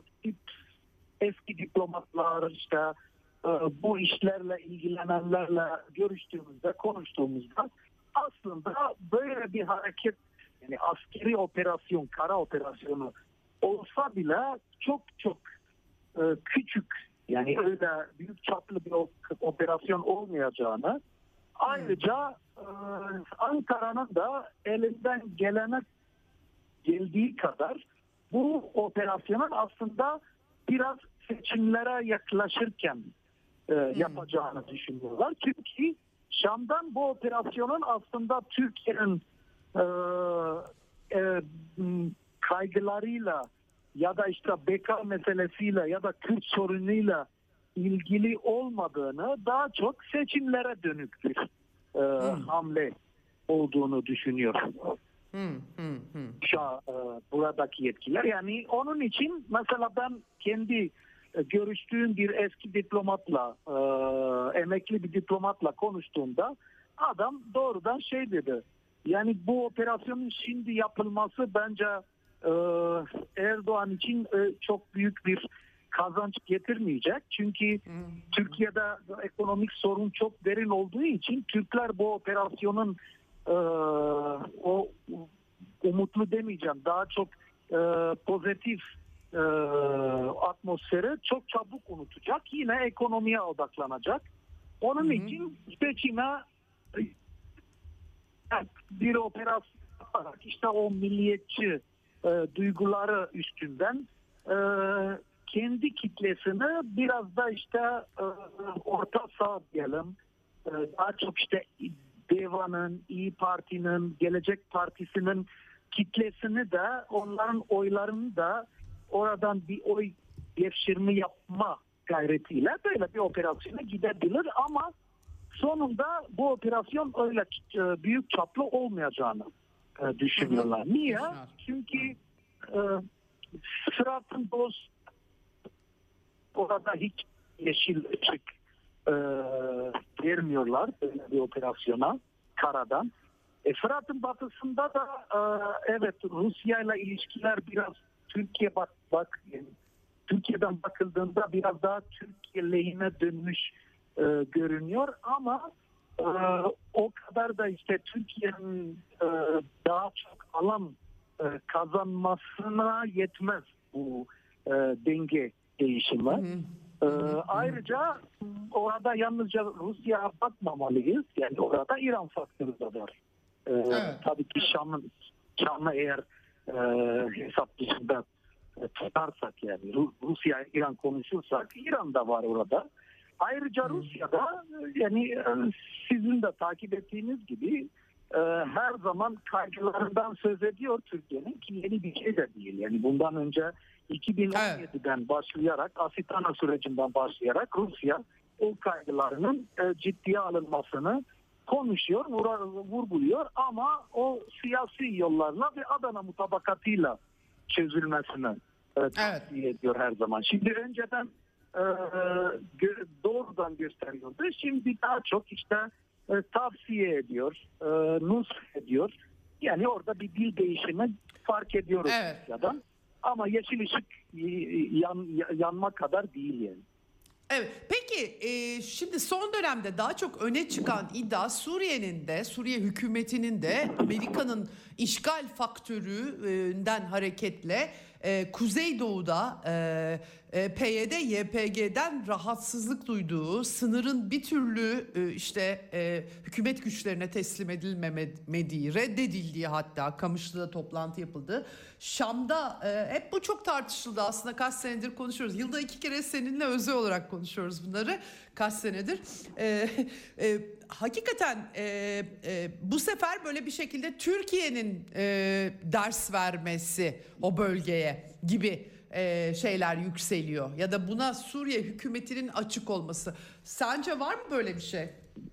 eski diplomatlar işte bu işlerle ilgilenenlerle görüştüğümüzde, konuştuğumuzda aslında böyle bir hareket, yani askeri operasyon, kara operasyonu olsa bile çok çok küçük, yani öyle büyük çaplı bir operasyon olmayacağını, ayrıca Ankara'nın da elinden geldiği kadar bu operasyonun aslında biraz seçimlere yaklaşırken yapacağını düşünüyorlar. Çünkü Şam'dan bu operasyonun aslında Türkiye'nin kaygılarıyla ya da işte beka meselesiyle ya da Kürt sorunuyla ilgili olmadığını, daha çok seçimlere dönük bir hamle olduğunu düşünüyor. Buradaki yetkililer. Yani onun için mesela ben kendi görüştüğüm bir eski diplomatla, emekli bir diplomatla konuştuğumda adam doğrudan şey dedi. Yani bu operasyonun şimdi yapılması bence Erdoğan için çok büyük bir kazanç getirmeyecek. Çünkü Türkiye'de ekonomik sorun çok derin olduğu için Türkler bu operasyonun o umutlu demeyeceğim, daha çok pozitif atmosferi çok çabuk unutacak. Yine ekonomiye odaklanacak. Onun için seçime bir operasyon yaparak işte o milliyetçi duyguları üstünden kendi kitlesini biraz da işte orta sağ diyelim, daha çok işte DEVA'nın, İYİ Parti'nin, Gelecek Partisi'nin kitlesini de, onların oylarını da oradan bir oy devşirme yapma gayretiyle böyle bir operasyona gidebilir ama sonunda bu operasyon öyle büyük çaplı olmayacağını düşünüyorlar. Niye? Çünkü Fırat'ın dost orada hiç yeşil ışık vermiyorlar böyle bir operasyona karadan. Fırat'ın batısında da evet Rusya ile ilişkiler biraz Türkiye'den bakıldığında biraz daha Türkiye lehine dönmüş görünüyor ama o kadar da işte Türkiye'nin daha çok alan kazanmasına yetmez bu denge değişimi. Ayrıca orada yalnızca Rusya'ya bakmamalıyız. Yani orada İran faktörü de var. Tabii ki Şam'ı eğer hesap dışında tutarsak, yani Rusya İran konuşursak İran da var orada. Ayrıca Rusya'da yani sizin de takip ettiğiniz gibi her zaman kaygılarından söz ediyor Türkiye'nin, ki yeni bir şey de değil. Yani bundan önce 2017'den başlayarak, Asitana sürecinden başlayarak Rusya o kaygılarının ciddiye alınmasını konuşuyor, vurguluyor ama o siyasi yollarla ve Adana mutabakatıyla çözülmesini tavsiye ediyor her zaman. Şimdi önceden doğrudan gösteriyordu. Şimdi daha çok işte tavsiye ediyor, nus ediyor. Yani orada bir dil değişimi fark ediyoruz Rusya'dan. Ama yeşil ışık yanma kadar değil yani. Evet. Peki şimdi son dönemde daha çok öne çıkan iddia Suriye hükümetinin de Amerika'nın işgal faktöründen hareketle Kuzeydoğu'da PYD, YPG'den rahatsızlık duyduğu, sınırın bir türlü hükümet güçlerine teslim edilmediği, reddedildiği, hatta Kamışlı'da toplantı yapıldı. Şam'da hep bu çok tartışıldı aslında, kaç senedir konuşuyoruz. Yılda 2 kere seninle özel olarak konuşuyoruz bunları kaç senedir. Hakikaten bu sefer böyle bir şekilde Türkiye'nin ders vermesi o bölgeye gibi şeyler yükseliyor. Ya da buna Suriye hükümetinin açık olması. Sence var mı böyle bir şey?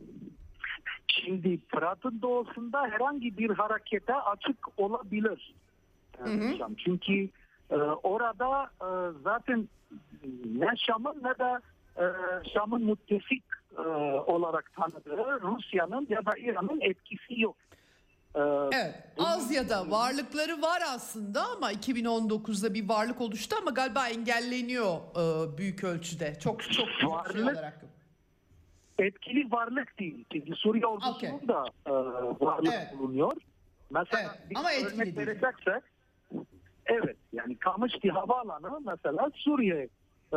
Şimdi Fırat'ın doğusunda herhangi bir harekete açık olabilir. Çünkü orada zaten ne Şam'ın ne de Şam'ın müttefik olarak tanıdığı Rusya'nın ya da İran'ın etkisi yok. Evet, az ya da varlıkları var aslında ama 2019'da bir varlık oluştu ama galiba engelleniyor büyük ölçüde. Çok varlık, şey olarak. etkili varlık değil. Çünkü Suriye ordusunun da varlık bulunuyor. Mesela bir ama örnek vereceksek, yani Kamışlı Havaalanı mesela Suriye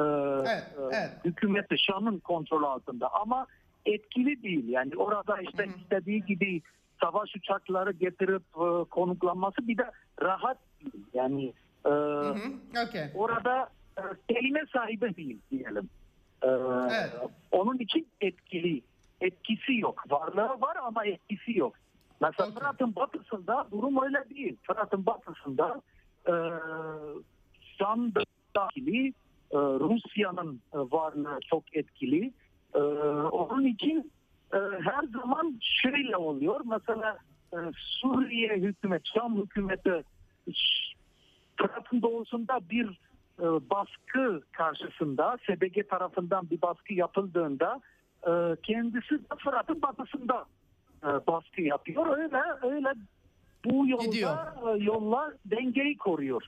hükümeti Şam'ın kontrolü altında ama etkili değil. Yani orada istediği gibi savaş uçakları getirip konuklanması bir de rahat değil. Yani orada kelime sahibi değil diyelim. Onun için etkisi yok. Varlığı var ama etkisi yok. Mesela Fırat'ın batısında durum öyle değil. Fırat'ın batısında Şam dahili Rusya'nın varlığı çok etkili. Onun için her zaman şöyle oluyor. Mesela Suriye hükümeti, Şam hükümeti Fırat'ın doğusunda bir baskı karşısında SDG tarafından bir baskı yapıldığında kendisi de Fırat'ın batısında baskı yapıyor. Öyle bu yolla dengeyi koruyor.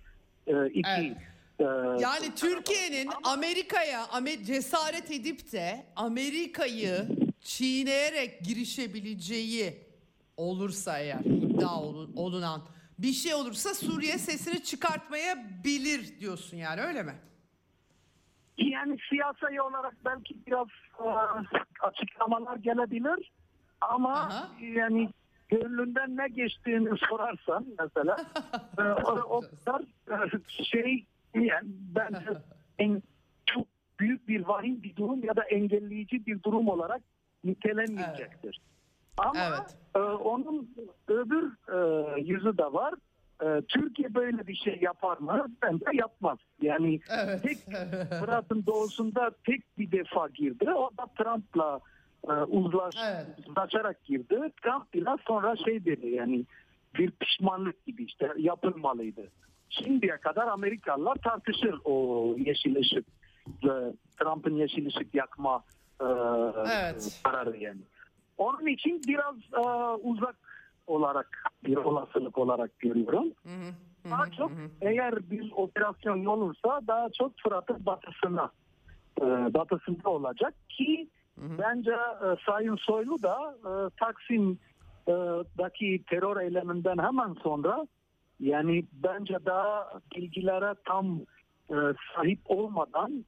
Yani Türkiye'nin Amerika'ya cesaret edip de Amerika'yı çiğneyerek girişebileceği olursa, eğer iddia olunan bir şey olursa Suriye sesini çıkartmayabilir diyorsun, yani öyle mi? Yani siyasi olarak belki biraz açıklamalar gelebilir ama yani gönlünden ne geçtiğini sorarsan mesela o kadar yani bence çok büyük bir vahim bir durum ya da engelleyici bir durum olarak nitelenmeyecektir. Ama onun öbür yüzü de var. Türkiye böyle bir şey yapar mı? Bence yapmaz. Yani Fırat'ın doğusunda tek bir defa girdi. O da Trump'la uzlaşarak girdi. Trump biraz sonra dedi, yani bir pişmanlık gibi yapılmalıydı. Şimdiye kadar Amerikalılar tartışır o yeşil ışık, Trump'ın yeşil ışık yakma kararı yani. Onun için biraz uzak olarak bir olasılık olarak görüyorum. Daha çok eğer bir operasyon olursa daha çok Fırat'ın batısında olacak ki bence Sayın Soylu da Taksim'daki terör eyleminden hemen sonra, yani bence daha bilgilere tam sahip olmadan,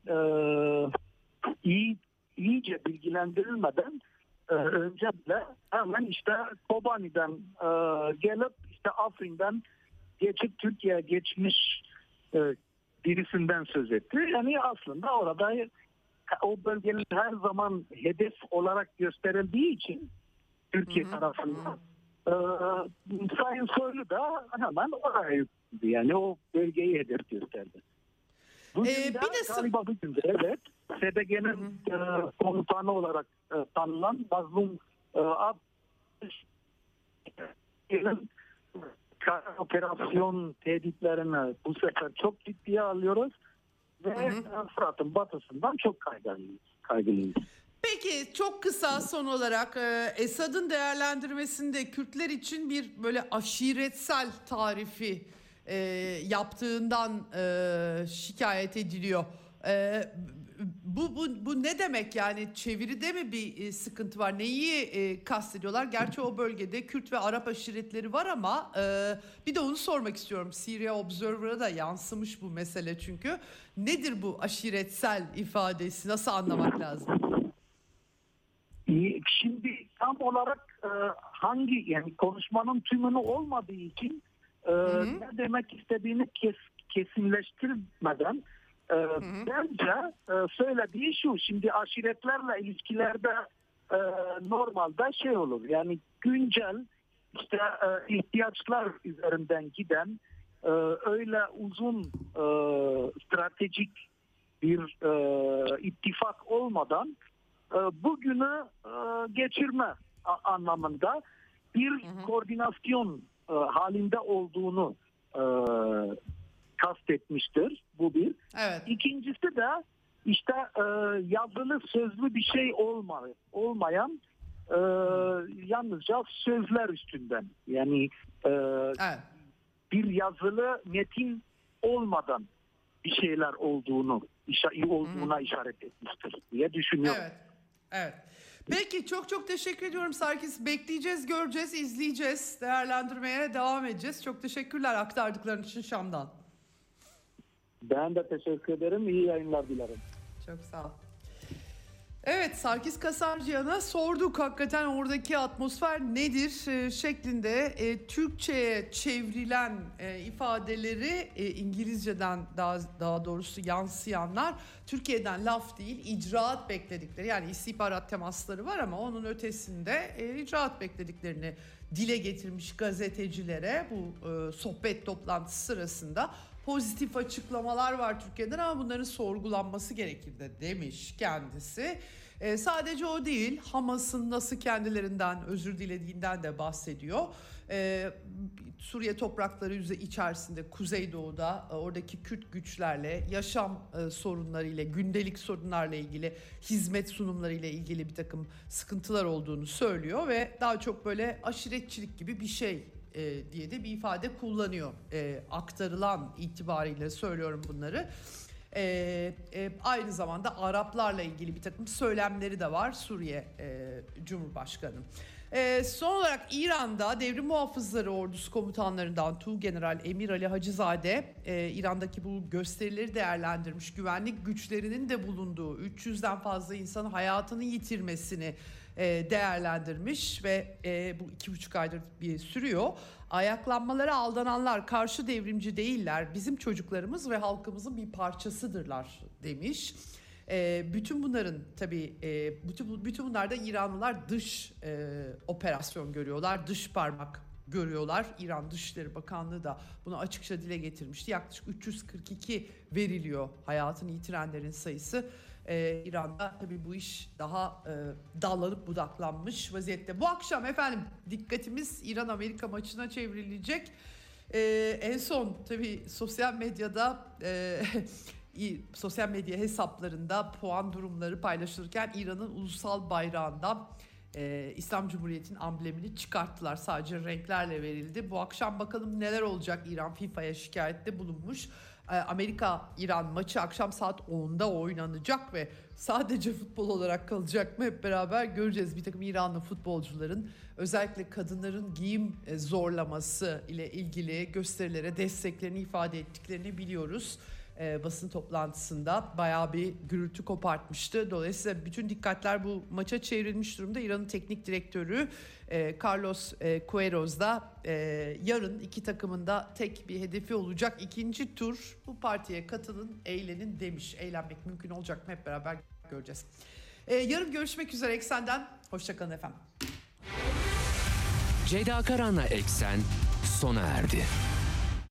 iyice bilgilendirilmeden önce bile hemen Kobani'den gelip Afrin'den geçip Türkiye'ye geçmiş birisinden söz etti. Yani aslında orada o bölgenin her zaman hedef olarak gösterildiği için Türkiye tarafından Sayın Soylu da hemen oraya yükseldi. Yani o bölgeyi hedef gösterdi. Bugün de galiba bugün de SDG'nin komutanı olarak tanınan Mazlum kara operasyon tehditlerini bu sefer çok ciddiye alıyoruz ve Fırat'ın batısından çok kaygılıyız. Peki çok kısa son olarak Esad'ın değerlendirmesinde Kürtler için bir böyle aşiretsel tarifi yaptığından şikayet ediliyor. Bu ne demek yani, çeviride mi bir sıkıntı var? Neyi kastediyorlar? Gerçi o bölgede Kürt ve Arap aşiretleri var ama bir de onu sormak istiyorum. Syria Observer'a da yansımış bu mesele çünkü. Nedir bu aşiretsel ifadesi? Nasıl anlamak lazım? Şimdi tam olarak hangi, yani konuşmanın tümünü olmadığı için ne demek istediğini kesinleştirmeden bence söylediği şu: şimdi aşiretlerle ilişkilerde normalde şey olur, yani güncel işte ihtiyaçlar üzerinden giden öyle uzun stratejik bir ittifak olmadan bugünü geçirme anlamında bir koordinasyon halinde olduğunu kastetmiştir. Bu bir. Evet. İkincisi de işte yazılı sözlü bir şey olmayan yalnızca sözler üstünden, yani Evet. bir yazılı metin olmadan bir şeyler olduğuna işaret etmiştir diye düşünüyorum. Evet. Evet. Peki çok teşekkür ediyorum Sarkis. Bekleyeceğiz, göreceğiz, izleyeceğiz. Değerlendirmeye devam edeceğiz. Çok teşekkürler aktardıkların için Şam'dan. Ben de teşekkür ederim. İyi yayınlar dilerim. Çok sağ ol. Evet, Sarkis Kasancıyan'a sorduk hakikaten oradaki atmosfer nedir şeklinde. Türkçe'ye çevrilen ifadeleri İngilizce'den daha doğrusu yansıyanlar Türkiye'den laf değil icraat bekledikleri, yani istihbarat temasları var ama onun ötesinde icraat beklediklerini dile getirmiş gazetecilere bu sohbet toplantısı sırasında. Pozitif açıklamalar var Türkiye'den ama bunların sorgulanması gerekir de demiş kendisi. Sadece o değil, Hamas'ın nasıl kendilerinden özür dilediğinden de bahsediyor. Suriye toprakları içerisinde Kuzeydoğu'da oradaki Kürt güçlerle yaşam sorunlarıyla, gündelik sorunlarla ilgili, hizmet sunumlarıyla ilgili bir takım sıkıntılar olduğunu söylüyor ve daha çok böyle aşiretçilik gibi bir şey diye de bir ifade kullanıyor. Aktarılan itibariyle söylüyorum bunları. Aynı zamanda Araplarla ilgili bir takım söylemleri de var Suriye Cumhurbaşkanı. Son olarak İran'da Devrim Muhafızları Ordusu komutanlarından Tuğgeneral Emir Ali Hacızade İran'daki bu gösterileri değerlendirmiş. Güvenlik güçlerinin de bulunduğu 300'den fazla insanın hayatını yitirmesini değerlendirmiş ve bu 2,5 aydır bir sürüyor. Ayaklanmalara aldananlar karşı devrimci değiller, bizim çocuklarımız ve halkımızın bir parçasıdırlar demiş. Bütün bunların tabii bütün bunlarda İranlılar dış operasyon görüyorlar, dış parmak görüyorlar. İran Dışişleri Bakanlığı da bunu açıkça dile getirmişti. Yaklaşık 342 veriliyor hayatını yitirenlerin sayısı. İran'da tabii bu iş daha dallanıp budaklanmış vaziyette. Bu akşam efendim dikkatimiz İran-Amerika maçına çevrilecek. En son tabii sosyal medyada sosyal medya hesaplarında puan durumları paylaşılırken İran'ın ulusal bayrağında İslam Cumhuriyeti'nin amblemini çıkarttılar. Sadece renklerle verildi. Bu akşam bakalım neler olacak. İran FIFA'ya şikayette bulunmuş. Amerika-İran maçı akşam saat 10'da oynanacak ve sadece futbol olarak kalacak mı hep beraber göreceğiz. Bir takım İranlı futbolcuların özellikle kadınların giyim zorlaması ile ilgili gösterilere desteklerini ifade ettiklerini biliyoruz. Basın toplantısında bayağı bir gürültü kopartmıştı. Dolayısıyla bütün dikkatler bu maça çevrilmiş durumda. İran'ın teknik direktörü Carlos Queiroz da yarın iki takımın da tek bir hedefi olacak. İkinci tur bu partiye katılın, eğlenin demiş. Eğlenmek mümkün olacak mı hep beraber göreceğiz. Yarın görüşmek üzere Eksen'den. Hoşçakalın efendim. Ceyda Karan'la Eksen sona erdi.